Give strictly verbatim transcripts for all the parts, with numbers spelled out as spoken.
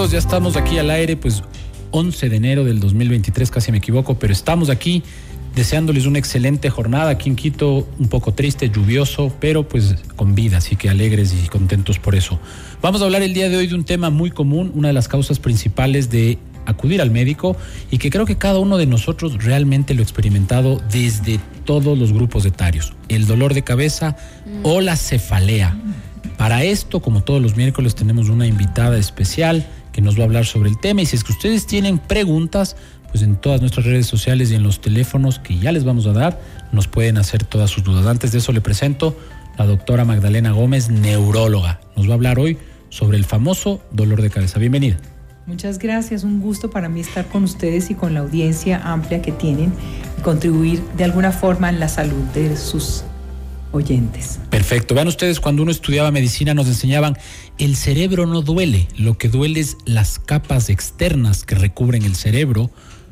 amigos, ya estamos aquí al aire, pues once de enero del dos mil veintitrés, casi me equivoco, pero estamos aquí deseándoles una excelente jornada. Aquí en Quito, un poco triste, lluvioso, pero pues con vida, así que alegres y contentos por eso. Vamos a hablar el día de hoy de un tema muy común, una de las causas principales de acudir al médico y que creo que cada uno de nosotros realmente lo ha experimentado desde todos los grupos etarios: el dolor de cabeza mm. o la cefalea. Para esto, como todos los miércoles, tenemos una invitada especial que nos va a hablar sobre el tema, y si es que ustedes tienen preguntas, pues en todas nuestras redes sociales y en los teléfonos que ya les vamos a dar, nos pueden hacer todas sus dudas. Antes de eso le presento a la doctora Magdalena Gómez, neuróloga. Nos va a hablar hoy sobre el famoso dolor de cabeza. Bienvenida. Muchas gracias, un gusto para mí estar con ustedes y con la audiencia amplia que tienen y contribuir de alguna forma en la salud de sus oyentes. Perfecto. Vean ustedes, cuando uno estudiaba medicina nos enseñaban: el cerebro no duele, lo que duele es las capas externas que recubren el cerebro.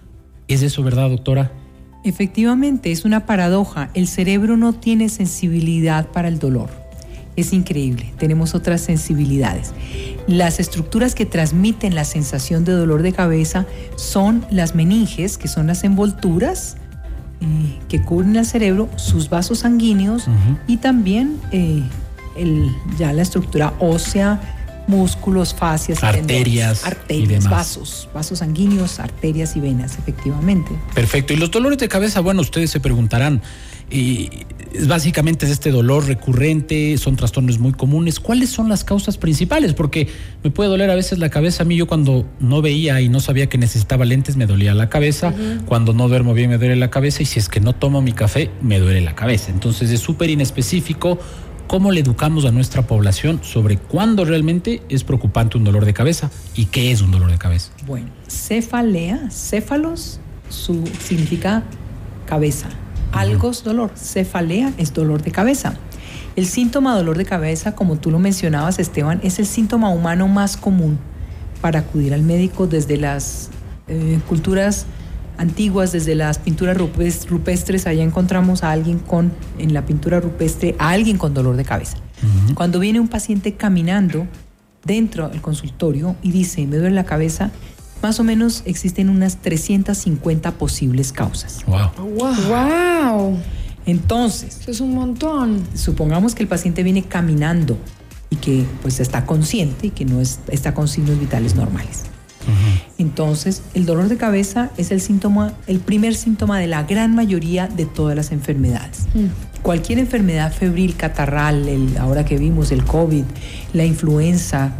¿Es eso verdad, doctora? Efectivamente, es una paradoja. El cerebro no tiene sensibilidad para el dolor. Es increíble, tenemos otras sensibilidades. Las estructuras que transmiten la sensación de dolor de cabeza son las meninges, que son las envolturas eh, que cubren el cerebro, sus vasos sanguíneos uh-huh. y también eh, el, ya la estructura ósea, músculos, fascias, arterias, arterias, y demás. vasos, vasos sanguíneos, arterias y venas, efectivamente. Perfecto. Y los dolores de cabeza, bueno, ustedes se preguntarán, y básicamente es este dolor recurrente, son trastornos muy comunes. ¿Cuáles son las causas principales? Porque me puede doler a veces la cabeza. A mí, yo cuando no veía y no sabía que necesitaba lentes, me dolía la cabeza. Uh-huh. Cuando no duermo bien, me duele la cabeza. Y si es que no tomo mi café, me duele la cabeza. Entonces es súper inespecífico. ¿Cómo le educamos a nuestra población sobre cuándo realmente es preocupante un dolor de cabeza y qué es un dolor de cabeza? Bueno, cefalea, céfalos, su, significa cabeza. Algo es dolor, cefalea es dolor de cabeza. El síntoma dolor de cabeza, como tú lo mencionabas, Esteban, es el síntoma humano más común para acudir al médico desde las eh, culturas antiguas, desde las pinturas rupestres. Allá encontramos a alguien con, en la pintura rupestre, a alguien con dolor de cabeza. Uh-huh. Cuando viene un paciente caminando dentro del consultorio y dice: me duele la cabeza, más o menos existen unas trescientas cincuenta posibles causas. Wow. Wow. Wow. Entonces, eso es un montón. Supongamos que el paciente viene caminando y que pues está consciente y que no es, está con signos vitales normales. Uh-huh. Entonces, el dolor de cabeza es el síntoma, el primer síntoma de la gran mayoría de todas las enfermedades. Uh-huh. Cualquier enfermedad febril, catarral, el, ahora que vimos el COVID, la influenza,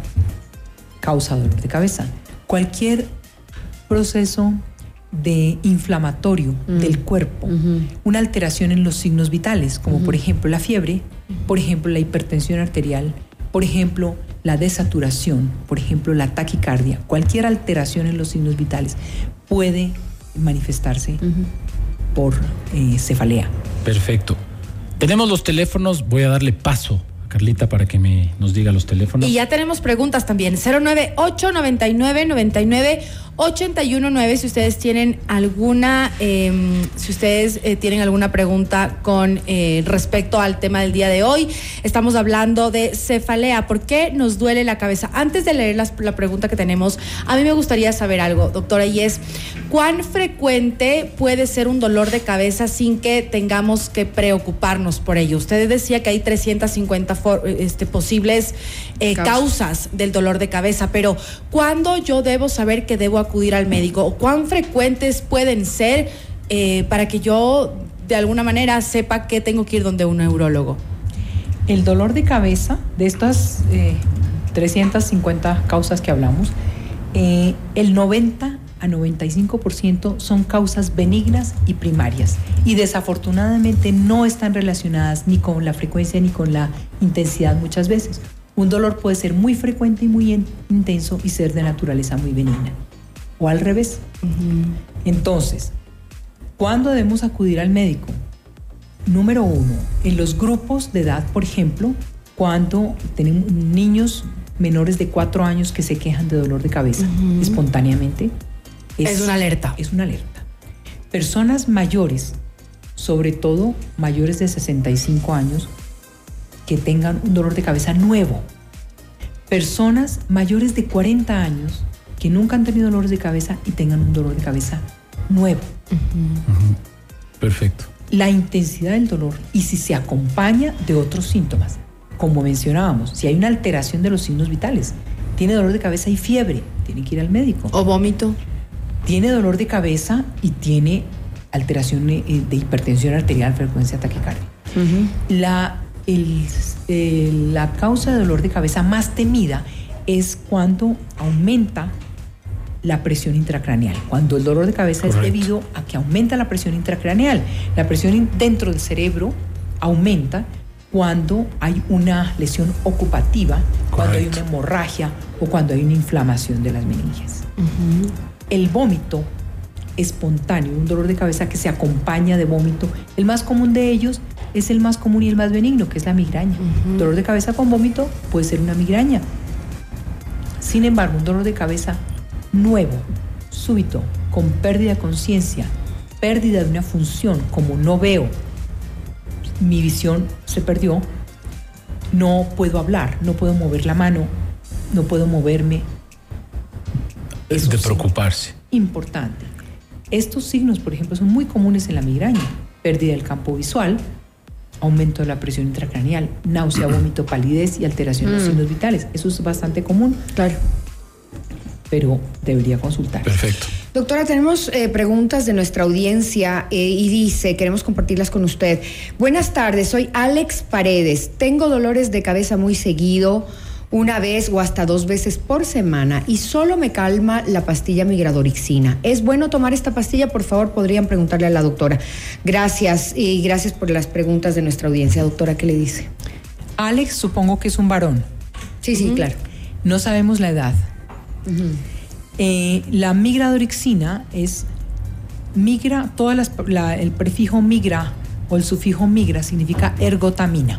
causa dolor de cabeza. Cualquier proceso de inflamatorio uh-huh. del cuerpo, uh-huh. una alteración en los signos vitales, como uh-huh. por ejemplo la fiebre, por ejemplo la hipertensión arterial, por ejemplo la desaturación, por ejemplo la taquicardia, cualquier alteración en los signos vitales puede manifestarse uh-huh. por eh, cefalea. Perfecto. Tenemos los teléfonos, voy a darle paso Carlita para que me nos diga los teléfonos. Y ya tenemos preguntas también. cero nueve ocho, noventa y nueve, noventa y nueve, ochenta y uno nueve. Si ustedes tienen alguna, eh, si ustedes eh, tienen alguna pregunta con eh, respecto al tema del día de hoy. Estamos hablando de cefalea. ¿Por qué nos duele la cabeza? Antes de leer las, la pregunta que tenemos, a mí me gustaría saber algo, doctora, y es: ¿cuán frecuente puede ser un dolor de cabeza sin que tengamos que preocuparnos por ello? Usted decía que hay trescientas cincuenta for, este, posibles eh, causas. causas del dolor de cabeza, pero ¿cuándo yo debo saber que debo acudir al médico? ¿O cuán frecuentes pueden ser eh, para que yo de alguna manera sepa que tengo que ir donde un neurólogo? El dolor de cabeza, de estas eh, trescientas cincuenta causas que hablamos, eh, el noventa a noventa y cinco por ciento son causas benignas y primarias, y desafortunadamente no están relacionadas ni con la frecuencia ni con la intensidad muchas veces. Un dolor puede ser muy frecuente y muy in- intenso y ser de naturaleza muy benigna, o al revés. Uh-huh. Entonces, ¿cuándo debemos acudir al médico? Número uno, en los grupos de edad, por ejemplo, cuando tenemos niños menores de cuatro años que se quejan de dolor de cabeza uh-huh. espontáneamente. Es, es una alerta. Es una alerta. Personas mayores, sobre todo mayores de sesenta y cinco años, que tengan un dolor de cabeza nuevo. Personas mayores de cuarenta años que nunca han tenido dolores de cabeza y tengan un dolor de cabeza nuevo. Uh-huh. Uh-huh. Perfecto. La intensidad del dolor y si se acompaña de otros síntomas, como mencionábamos, si hay una alteración de los signos vitales, tiene dolor de cabeza y fiebre, tiene que ir al médico. O vómito. Tiene dolor de cabeza y tiene alteración de hipertensión arterial, frecuencia taquicardia. Uh-huh. La, el, el, la causa de dolor de cabeza más temida es cuando aumenta la presión intracraneal. Cuando el dolor de cabeza Correcto. Es debido a que aumenta la presión intracraneal. La presión dentro del cerebro aumenta cuando hay una lesión ocupativa, Correcto. Cuando hay una hemorragia o cuando hay una inflamación de las meninges. Uh-huh. El vómito espontáneo, un dolor de cabeza que se acompaña de vómito, el más común de ellos es el más común y el más benigno, que es la migraña. Uh-huh. Dolor de cabeza con vómito puede ser una migraña. Sin embargo, un dolor de cabeza nuevo, súbito, con pérdida de conciencia, pérdida de una función, como no veo, mi visión se perdió, no puedo hablar, no puedo mover la mano, no puedo moverme. Es de preocuparse. Importante. Estos signos, por ejemplo, son muy comunes en la migraña. Pérdida del campo visual, aumento de la presión intracraneal, náusea, vómito, palidez y alteración de los signos vitales. Eso es bastante común. Claro. Pero debería consultar. Perfecto. Doctora, tenemos eh, preguntas de nuestra audiencia eh, y dice, queremos compartirlas con usted. Buenas tardes, soy Alex Paredes. Tengo dolores de cabeza muy seguido, una vez o hasta dos veces por semana y solo me calma la pastilla migradorixina. ¿Es bueno tomar esta pastilla? Por favor, podrían preguntarle a la doctora. Gracias y gracias por las preguntas de nuestra audiencia. Doctora, ¿qué le dice? Alex, supongo que es un varón. Sí, sí, uh-huh. claro. No sabemos la edad. Uh-huh. Eh, la migradorixina es migra, todas las, la, el prefijo migra o el sufijo migra significa ergotamina.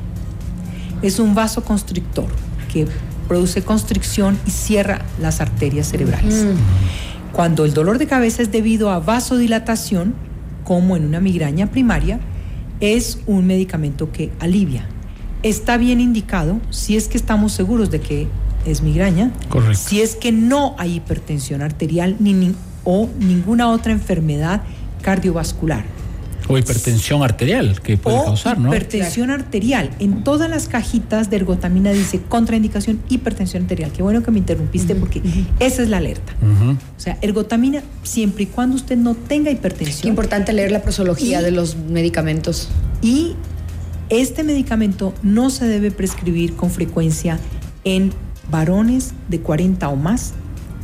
Es un vasoconstrictor que produce constricción y cierra las arterias cerebrales. Uh-huh. Cuando el dolor de cabeza es debido a vasodilatación, como en una migraña primaria, es un medicamento que alivia. Está bien indicado si es que estamos seguros de que es migraña. Correcto. Si es que no hay hipertensión arterial ni, ni, o ninguna otra enfermedad cardiovascular. O hipertensión arterial que puede o causar, ¿no? Hipertensión claro. arterial. En todas las cajitas de ergotamina dice contraindicación hipertensión arterial. Qué bueno que me interrumpiste uh-huh. porque uh-huh. esa es la alerta. Uh-huh. O sea, ergotamina siempre y cuando usted no tenga hipertensión. Qué importante leer la posología y, de los medicamentos. Y este medicamento no se debe prescribir con frecuencia en varones de cuarenta o más,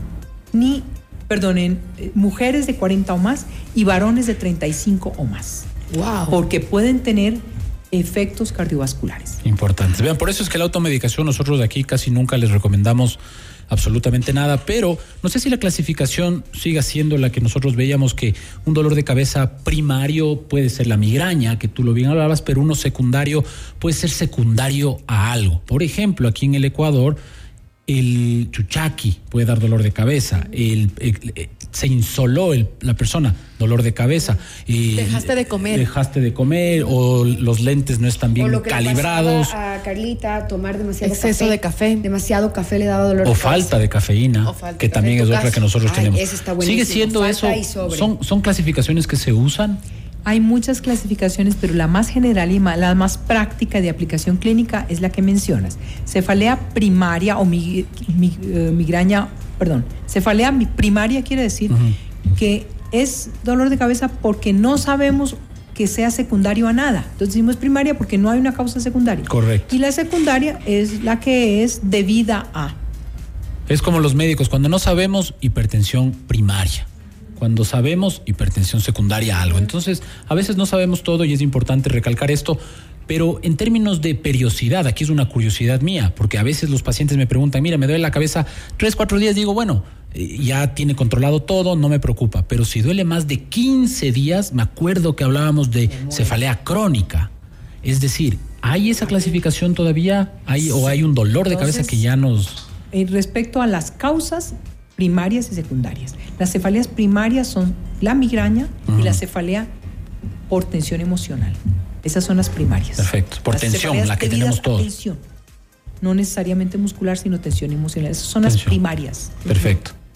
ni, perdonen, mujeres de cuarenta o más y varones de treinta y cinco o más. Wow. Porque pueden tener efectos cardiovasculares. Importantes. Vean, por eso es que la automedicación nosotros de aquí casi nunca les recomendamos absolutamente nada, pero no sé si la clasificación siga siendo la que nosotros veíamos, que un dolor de cabeza primario puede ser la migraña, que tú lo bien hablabas, pero uno secundario puede ser secundario a algo. Por ejemplo, aquí en el Ecuador, el chuchaqui puede dar dolor de cabeza, el, el, el se insoló el, la persona, dolor de cabeza. El, dejaste de comer. Dejaste de comer, o los lentes no están bien o lo que calibrados. Le pasaba a Carlita, tomar demasiado exceso café, de café. Demasiado café le daba dolor o de falta cabeza. de cafeína, falta que de también es otra caso. que nosotros Ay, tenemos. ese está ¿Sigue siendo falta eso? Son, son clasificaciones que se usan. Hay muchas clasificaciones, pero la más general y más, la más práctica de aplicación clínica es la que mencionas. Cefalea primaria o mig, mig, uh, migraña, perdón, cefalea primaria quiere decir uh-huh. que es dolor de cabeza porque no sabemos que sea secundario a nada. Entonces decimos primaria porque no hay una causa secundaria. Correcto. Y la secundaria es la que es debida a. Es como los médicos, cuando no sabemos, hipertensión primaria. Cuando sabemos, hipertensión secundaria a algo. Entonces, a veces no sabemos todo y es importante recalcar esto, pero en términos de periodicidad, aquí es una curiosidad mía, porque a veces los pacientes me preguntan, mira, me duele la cabeza tres, cuatro días, digo, bueno, ya tiene controlado todo, no me preocupa, pero si duele más de quince días, me acuerdo que hablábamos de cefalea crónica, es decir, ¿hay esa clasificación todavía? ¿Hay, o hay un dolor de cabeza que ya nos...? Respecto a las causas primarias y secundarias. Las cefaleas primarias son la migraña uh-huh. y la cefalea por tensión emocional. Esas son las primarias. Perfecto. Por las tensión, la que tenemos todos. Tensión. No necesariamente muscular, sino tensión emocional. Esas son tensión. Las primarias. Perfecto.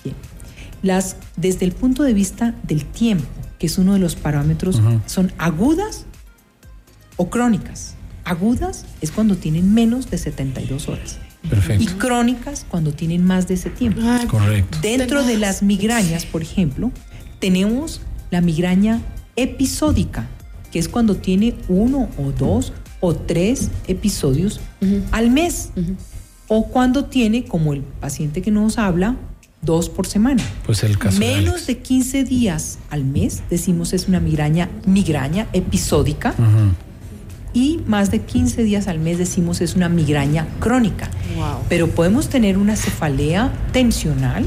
Bien. Las, desde el punto de vista del tiempo, que es uno de los parámetros, uh-huh. son agudas o crónicas. Agudas es cuando tienen menos de setenta y dos horas. Perfecto. Y crónicas cuando tienen más de ese tiempo. Ah, correcto. Dentro de las migrañas, por ejemplo, tenemos la migraña episódica, que es cuando tiene uno o dos o tres episodios uh-huh. al mes. Uh-huh. O cuando tiene, como el paciente que nos habla, dos por semana. Pues el caso Menos de, de quince días al mes, decimos, es una migraña, migraña episódica. Uh-huh. Y más de quince días al mes, decimos, es una migraña crónica. Wow. Pero podemos tener una cefalea tensional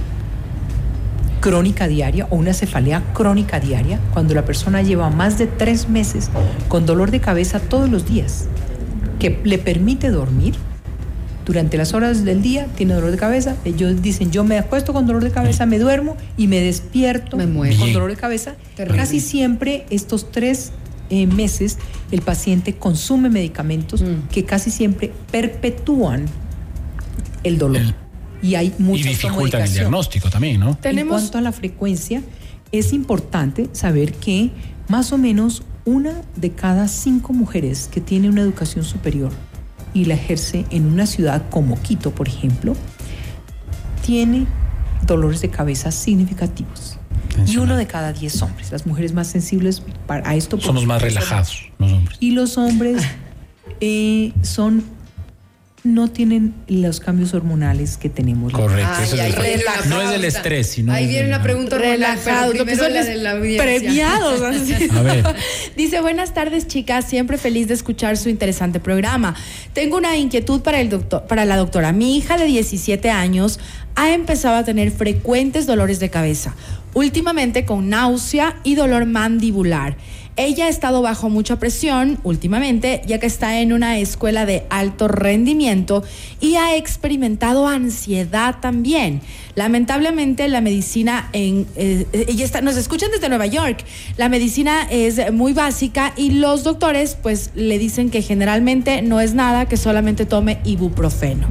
crónica diaria o una cefalea crónica diaria cuando la persona lleva más de tres meses con dolor de cabeza todos los días, que le permite dormir. Durante las horas del día tiene dolor de cabeza. Ellos dicen, yo me acuesto con dolor de cabeza, me duermo y me despierto me muero. con dolor de cabeza. Terrible. Casi siempre estos tres eh, meses el paciente consume medicamentos mm. que casi siempre perpetúan el dolor. El, y hay mucha Y dificultan el diagnóstico también, ¿no? En cuanto a la frecuencia, es importante saber que más o menos una de cada cinco mujeres que tiene una educación superior y la ejerce en una ciudad como Quito, por ejemplo, tiene dolores de cabeza significativos. Y uno de cada diez hombres. Las mujeres más sensibles para, a esto. Somos más relajados, los hombres. Y los hombres eh, son, no tienen los cambios hormonales que tenemos. Correcto. Ay, eso ay, es el, no es del estrés, sino. Ahí viene una pregunta relajada. Lo que son la de la premiados. A ver. Dice, buenas tardes, chicas. Siempre feliz de escuchar su interesante programa. Tengo una inquietud para el doctor, para la doctora. Mi hija de diecisiete años ha empezado a tener frecuentes dolores de cabeza, últimamente con náusea y dolor mandibular. Ella ha estado bajo mucha presión últimamente, ya que está en una escuela de alto rendimiento y ha experimentado ansiedad también. Lamentablemente, la medicina en eh, ella está, nos escuchan desde Nueva York. La medicina es muy básica y los doctores, pues, le dicen que generalmente no es nada, que solamente tome ibuprofeno.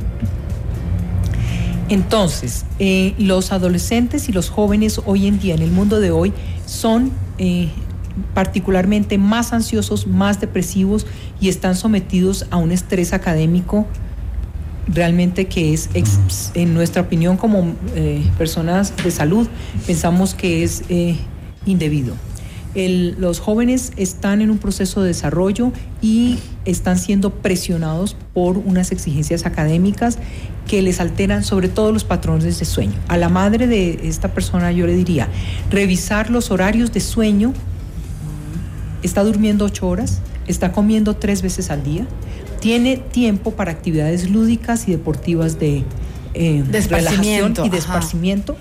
Entonces, eh, los adolescentes y los jóvenes hoy en día, en el mundo de hoy, son eh, particularmente más ansiosos, más depresivos y están sometidos a un estrés académico realmente que es, ex, en nuestra opinión como eh, personas de salud, pensamos que es eh, indebido. El, los jóvenes están en un proceso de desarrollo y están siendo presionados por unas exigencias académicas que les alteran sobre todo los patrones de sueño. A la madre de esta persona yo le diría, revisar los horarios de sueño. Está durmiendo ocho horas, está comiendo tres veces al día, tiene tiempo para actividades lúdicas y deportivas de, eh, de relajación y de esparcimiento.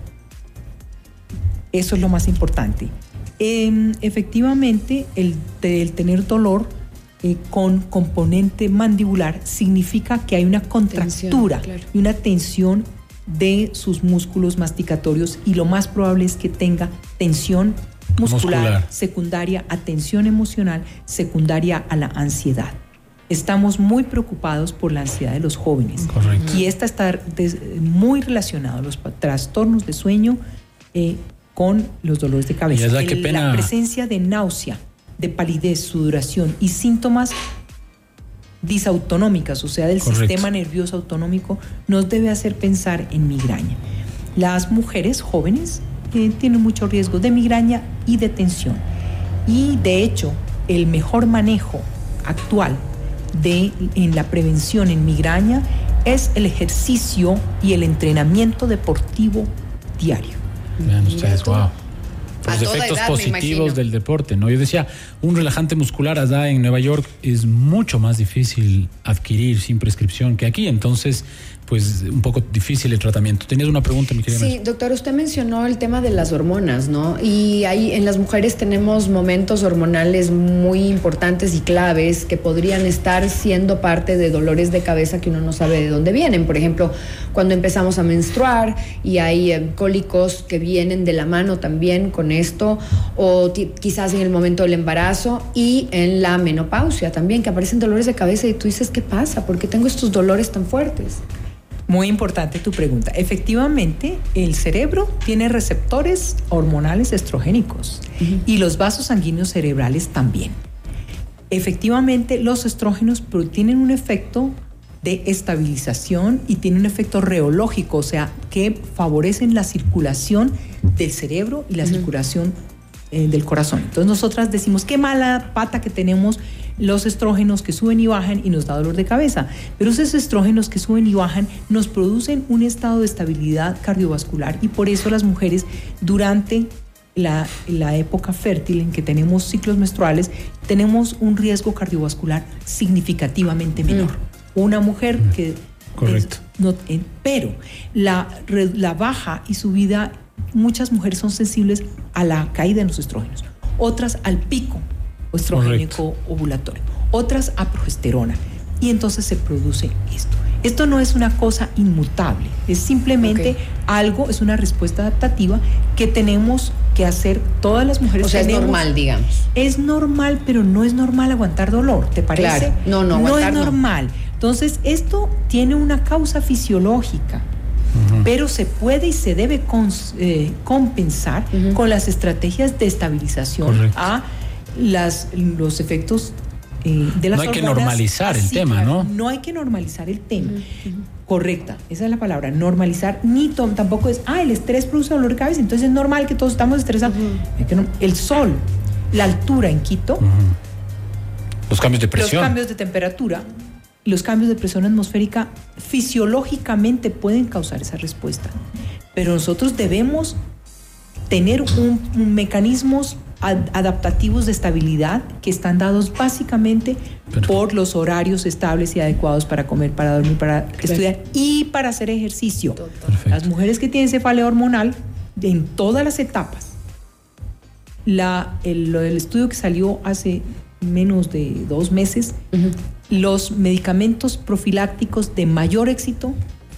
Eso es lo más importante. Eh, efectivamente, el, el tener dolor eh, con componente mandibular significa que hay una contractura tensión, claro. y una tensión de sus músculos masticatorios y lo más probable es que tenga tensión muscular, muscular. secundaria a tensión emocional, secundaria a la ansiedad. Estamos muy preocupados por la ansiedad de los jóvenes. Correcto. Y esta está des, muy relacionada a los trastornos de sueño eh, con los dolores de cabeza. La, qué pena. La presencia de náusea, de palidez, sudoración y síntomas disautonómicas, o sea, del Correcto. sistema nervioso autonómico, nos debe hacer pensar en migraña. Las mujeres jóvenes eh, tienen mucho riesgo de migraña y de tensión. Y de hecho, el mejor manejo actual de, en la prevención en migraña es el ejercicio y el entrenamiento deportivo diario. Vean ustedes, wow. Los efectos edad, positivos del deporte, ¿no? Yo decía, un relajante muscular allá en Nueva York es mucho más difícil adquirir sin prescripción que aquí, entonces, pues, un poco difícil el tratamiento. ¿Tenías una pregunta, mi querida? Sí, doctor, usted mencionó el tema de las hormonas, ¿no? Y ahí en las mujeres tenemos momentos hormonales muy importantes y claves que podrían estar siendo parte de dolores de cabeza que uno no sabe de dónde vienen. Por ejemplo, cuando empezamos a menstruar y hay eh, cólicos que vienen de la mano también con esto, o t- quizás en el momento del embarazo y en la menopausia también, que aparecen dolores de cabeza y tú dices, ¿qué pasa? ¿Por qué tengo estos dolores tan fuertes? Muy importante tu pregunta. Efectivamente, el cerebro tiene receptores hormonales estrogénicos uh-huh. y los vasos sanguíneos cerebrales también. Efectivamente, los estrógenos tienen un efecto de estabilización y tienen un efecto reológico, o sea, que favorecen la circulación del cerebro y la uh-huh. circulación eh, del corazón. Entonces, nosotras decimos, qué mala pata que tenemos los estrógenos que suben y bajan y nos da dolor de cabeza. Pero esos estrógenos que suben y bajan nos producen un estado de estabilidad cardiovascular y por eso las mujeres durante la, la época fértil en que tenemos ciclos menstruales tenemos un riesgo cardiovascular significativamente menor. Mm. Una mujer mm. que... Correcto. Es, no, eh, pero la, la baja y subida, muchas mujeres son sensibles a la caída de los estrógenos, otras al pico estrogénico ovulatorio, otras a progesterona, y entonces se produce esto. Esto no es una cosa inmutable, es simplemente okay. algo, es una respuesta adaptativa que tenemos que hacer todas las mujeres. O sea, tenemos, es normal, digamos. Es normal, pero no es normal aguantar dolor, ¿te parece? Claro. No, no, no es no. normal. Entonces, esto tiene una causa fisiológica, uh-huh. pero se puede y se debe cons, eh, compensar uh-huh. con las estrategias de estabilización Correcto. a Las, los efectos eh, de las hormonas. No hay hormonas, que normalizar el tema, ¿no? No hay que normalizar el tema. Uh-huh. Correcta, esa es la palabra, normalizar. Ni tom, tampoco es, ah, el estrés produce dolor de cabeza, entonces es normal que todos estamos estresados. Uh-huh. que no, el sol, la altura en Quito, uh-huh. los cambios de presión, los cambios de temperatura, los cambios de presión atmosférica fisiológicamente pueden causar esa respuesta. Pero nosotros debemos tener un, un mecanismos adaptativos de estabilidad que están dados básicamente Perfecto. por los horarios estables y adecuados para comer, para dormir, para Perfecto. estudiar y para hacer ejercicio. Perfecto. Las mujeres que tienen cefalea hormonal en todas las etapas, la, el, el estudio que salió hace menos de dos meses, uh-huh. los medicamentos profilácticos de mayor éxito,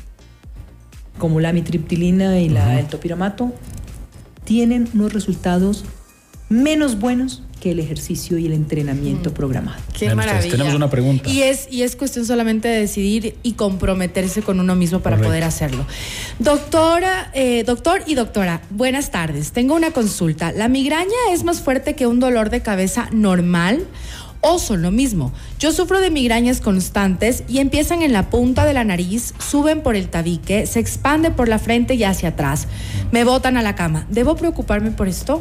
como la amitriptilina y uh-huh. la, el topiramato, tienen unos resultados menos buenos que el ejercicio y el entrenamiento mm. programado. Qué Bien, maravilla. Tenemos una pregunta. Y es, y es cuestión solamente de decidir y comprometerse con uno mismo para Correcto. poder hacerlo. Doctora, eh, doctor y doctora, buenas tardes. Tengo una consulta. ¿La migraña es más fuerte que un dolor de cabeza normal o son lo mismo? Yo sufro de migrañas constantes y empiezan en la punta de la nariz, suben por el tabique, se expande por la frente y hacia atrás. Me botan a la cama. ¿Debo preocuparme por esto?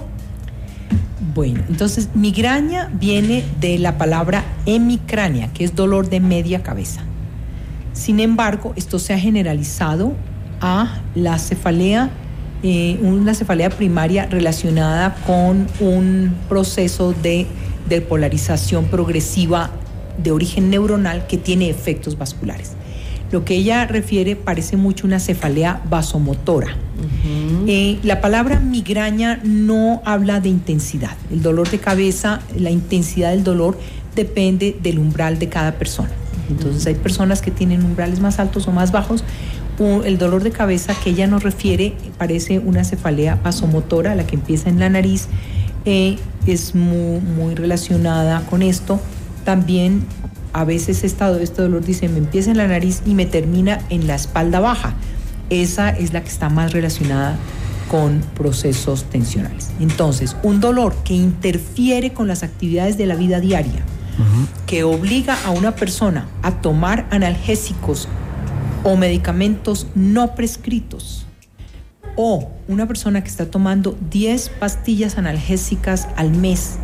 Bueno, entonces migraña viene de la palabra hemicrania, que es dolor de media cabeza. Sin embargo, esto se ha generalizado a la cefalea, eh, una cefalea primaria relacionada con un proceso de depolarización progresiva de origen neuronal que tiene efectos vasculares. Lo que ella refiere parece mucho una cefalea vasomotora. Uh-huh. Eh, la palabra migraña no habla de intensidad. El dolor de cabeza, la intensidad del dolor depende del umbral de cada persona. Entonces hay personas que tienen umbrales más altos o más bajos. El dolor de cabeza que ella nos refiere parece una cefalea vasomotora, la que empieza en la nariz, eh, es muy, muy relacionada con esto. También a veces este, este dolor dice, me empieza en la nariz y me termina en la espalda baja. Esa es la que está más relacionada con procesos tensionales. Entonces, un dolor que interfiere con las actividades de la vida diaria, uh-huh. que obliga a una persona a tomar analgésicos o medicamentos no prescritos, o una persona que está tomando diez pastillas analgésicas al mes,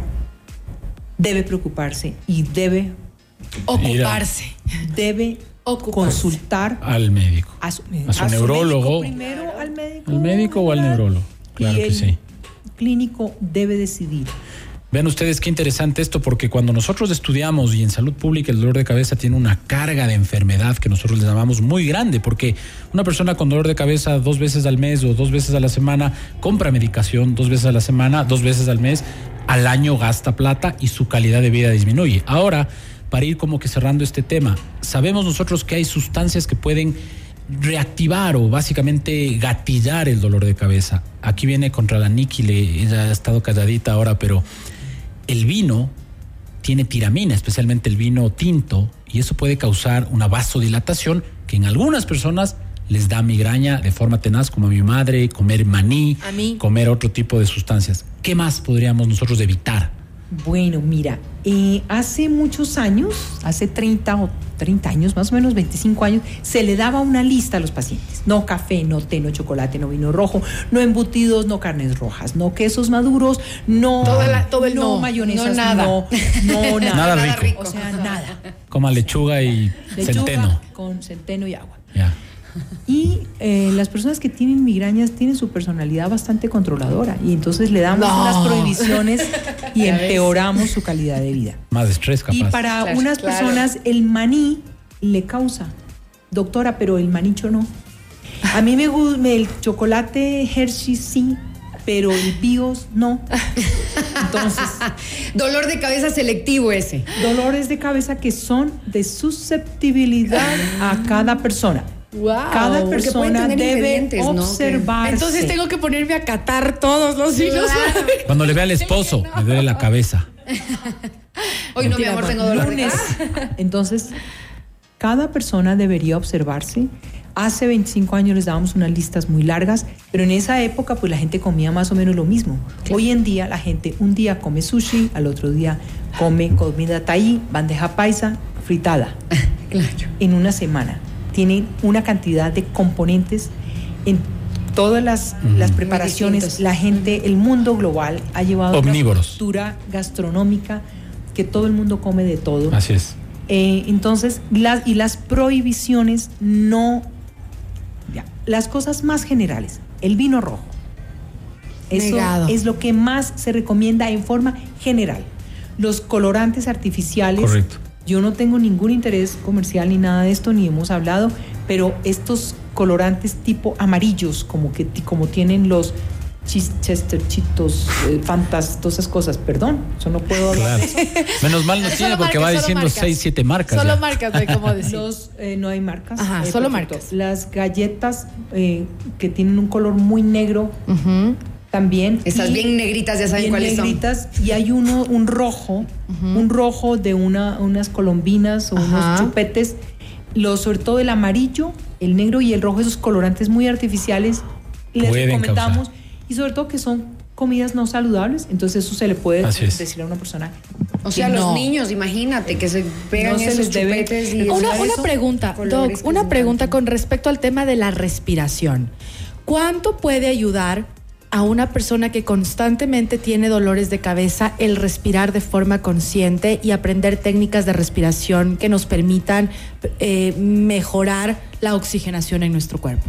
debe preocuparse y debe ocuparse. Debe ocuparse. Consultar al médico, a su, a su a neurólogo. Su primero al médico. Al médico o al neurólogo. Claro que sí. El clínico debe decidir. Vean ustedes qué interesante esto, porque cuando nosotros estudiamos y en salud pública el dolor de cabeza tiene una carga de enfermedad que nosotros le llamamos muy grande, porque una persona con dolor de cabeza dos veces al mes o dos veces a la semana compra medicación dos veces a la semana, dos veces al mes, al año gasta plata y su calidad de vida disminuye. Ahora, para ir como que cerrando este tema, sabemos nosotros que hay sustancias que pueden reactivar o básicamente gatillar el dolor de cabeza. Aquí viene contra la Nikki, ella ha estado calladita ahora, pero el vino tiene tiramina, especialmente el vino tinto, y eso puede causar una vasodilatación que en algunas personas les da migraña de forma tenaz, como a mi madre, comer maní, A mí. comer otro tipo de sustancias. ¿Qué más podríamos nosotros evitar? Bueno, mira, eh, hace muchos años, hace treinta o treinta años, más o menos veinticinco años, se le daba una lista a los pacientes. No café, no té, no chocolate, no vino rojo, no embutidos, no carnes rojas, no quesos maduros, no, Todo la- todo el no, no, mayonesas, no nada. no, no nada. Nada Nada rico. rico. O sea, nada. Coma lechuga y Lechuga centeno. con centeno y agua. Ya. Y eh, las personas que tienen migrañas tienen su personalidad bastante controladora y entonces le damos No. unas prohibiciones y Ya ves. empeoramos su calidad de vida. Más estrés, capaz. Y para Claro, unas claro. personas el maní le causa, doctora, pero el manicho no. A mí me gusta el chocolate Hershey sí, pero el Bios no. Entonces, Dolor de cabeza selectivo ese. dolores de cabeza que son de susceptibilidad a cada persona. Wow. Cada porque pueden persona tener debe ingredientes, ¿no? observarse. Entonces tengo que ponerme a catar todos los vinos. Cuando le vea al esposo, me duele la cabeza. Hoy no, mi amor, tengo dolor de Lunes. cabeza. Entonces, cada persona debería observarse. Hace veinticinco años les dábamos unas listas muy largas, pero en esa época pues la gente comía más o menos lo mismo. Hoy en día la gente un día come sushi, al otro día come comida thai, bandeja paisa, fritada. Claro. En una semana. Tienen una cantidad de componentes en todas las, las preparaciones. distintos. La gente, el mundo global ha llevado Omnívoros. una cultura gastronómica que todo el mundo come de todo. Así es. Eh, entonces, las, y las prohibiciones no... Ya, las cosas más generales. El vino rojo. Eso Negado. es lo que más se recomienda en forma general. Los colorantes artificiales. Correcto. Yo no tengo ningún interés comercial ni nada de esto, ni hemos hablado, pero estos colorantes tipo amarillos, como que como tienen los Chester, Chitos, eh, Fantas, todas esas cosas, perdón, eso no puedo hablar. Claro. Menos mal no Solo tiene porque marcas, va solo diciendo marcas. seis, siete marcas. Solo ya. marcas, no hay cómo decir. Los, eh, no hay marcas. Ajá, eh, solo perfecto. marcas. Las galletas eh, que tienen un color muy negro Ujú. también. Esas y bien negritas, ya saben bien cuáles negritas, y hay uno, un rojo, un rojo de una, unas colombinas o Ajá. unos chupetes, los, sobre todo el amarillo, el negro y el rojo, esos colorantes muy artificiales, les Pueden recomendamos, causar. y sobre todo que son comidas no saludables, entonces eso se le puede Así es. decirle a una persona. O sea, que los no. niños, imagínate, que se pegan No se esos les debe- chupetes y... Una, ¿Eso? una pregunta, Colores Doc, que una les pregunta encantan. con respecto al tema de la respiración. ¿Cuánto puede ayudar a una persona que constantemente tiene dolores de cabeza el respirar de forma consciente y aprender técnicas de respiración que nos permitan eh, mejorar la oxigenación en nuestro cuerpo?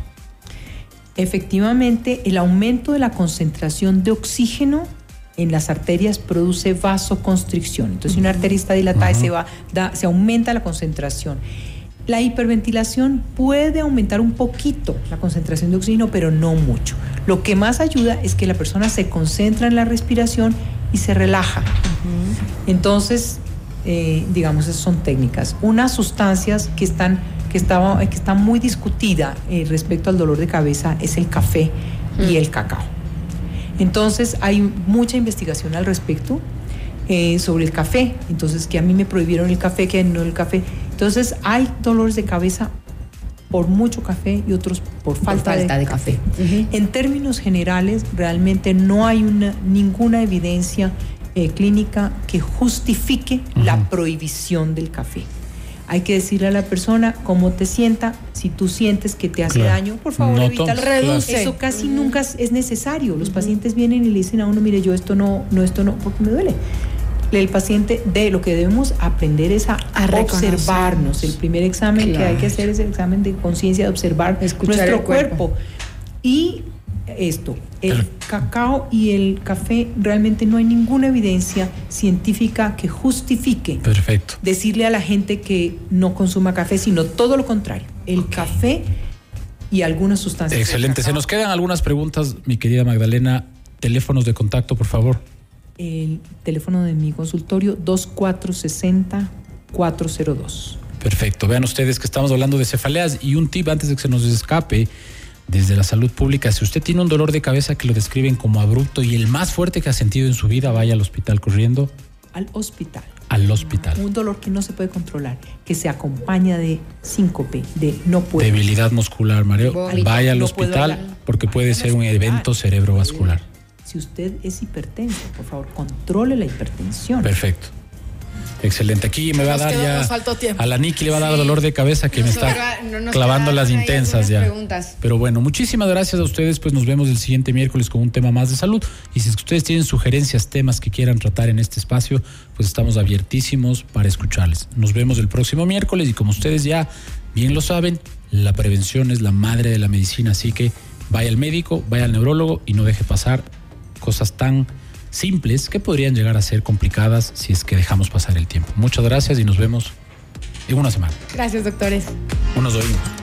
Efectivamente, el aumento de la concentración de oxígeno en las arterias produce vasoconstricción. Entonces, si una arteria está dilatada, se, va, da, se aumenta la concentración. La hiperventilación puede aumentar un poquito la concentración de oxígeno, pero no mucho. Lo que más ayuda es que la persona se concentra en la respiración y se relaja. Entonces, eh, digamos, esas son técnicas. Unas sustancias que están, que estaba, que está muy discutida eh, respecto al dolor de cabeza es el café y el cacao. Entonces, hay mucha investigación al respecto eh, sobre el café. Entonces, que a mí me prohibieron el café, que no el café. Entonces, hay dolores de cabeza por mucho café y otros por falta, falta de, de café. café. Ujú. En términos generales, realmente no hay una, ninguna evidencia eh, clínica que justifique Ujú. la prohibición del café. Hay que decirle a la persona cómo te sienta. Si tú sientes que te hace Claro. daño, por favor, No evítalo. tomes, Reduce. Eso casi nunca es necesario. Los pacientes vienen y le dicen a uno, mire, yo esto no, no, esto no, porque me duele. El paciente, de lo que debemos aprender es a, A reconocernos. observarnos. El primer examen que hay que Claro. hacer es el examen de conciencia, de observar Escuchar nuestro el cuerpo. cuerpo. Y esto, el Pero- cacao y el café, realmente no hay ninguna evidencia científica que justifique Perfecto. decirle a la gente que no consuma café, sino todo lo contrario. El café y algunas sustancias. Excelente. del Se cacao. nos quedan algunas preguntas, mi querida Magdalena. Teléfonos de contacto, por favor. El teléfono de mi consultorio dos cuatro seis cero, cuatro cero dos. Perfecto. Vean ustedes que estamos hablando de cefaleas y un tip antes de que se nos escape desde la salud pública. Si usted tiene un dolor de cabeza que lo describen como abrupto y el más fuerte que ha sentido en su vida, vaya al hospital corriendo. Al hospital. al hospital. Un dolor que no se puede controlar, que se acompaña de síncope, de no puedo. Debilidad muscular, mareo. Vómito. Vaya al No hospital puedo porque puede Vaya al ser un hospital. evento cerebrovascular. Si usted es hipertenso, por favor, controle la hipertensión. Perfecto. Excelente. Aquí me va a Nos dar quedó- ya. nos faltó tiempo. A la Niki le va a dar Sí. dolor de cabeza que me Nos está queda- no nos clavando las quedaron ahí intensas algunas ya. preguntas. Pero bueno, muchísimas gracias a ustedes. Pues nos vemos el siguiente miércoles con un tema más de salud. Y si es que ustedes tienen sugerencias, temas que quieran tratar en este espacio, pues estamos abiertísimos para escucharles. Nos vemos el próximo miércoles y como ustedes ya bien lo saben, la prevención es la madre de la medicina. Así que vaya al médico, vaya al neurólogo y no deje pasar cosas tan simples que podrían llegar a ser complicadas si es que dejamos pasar el tiempo. Muchas gracias y nos vemos en una semana. Gracias, doctores. Nos oímos.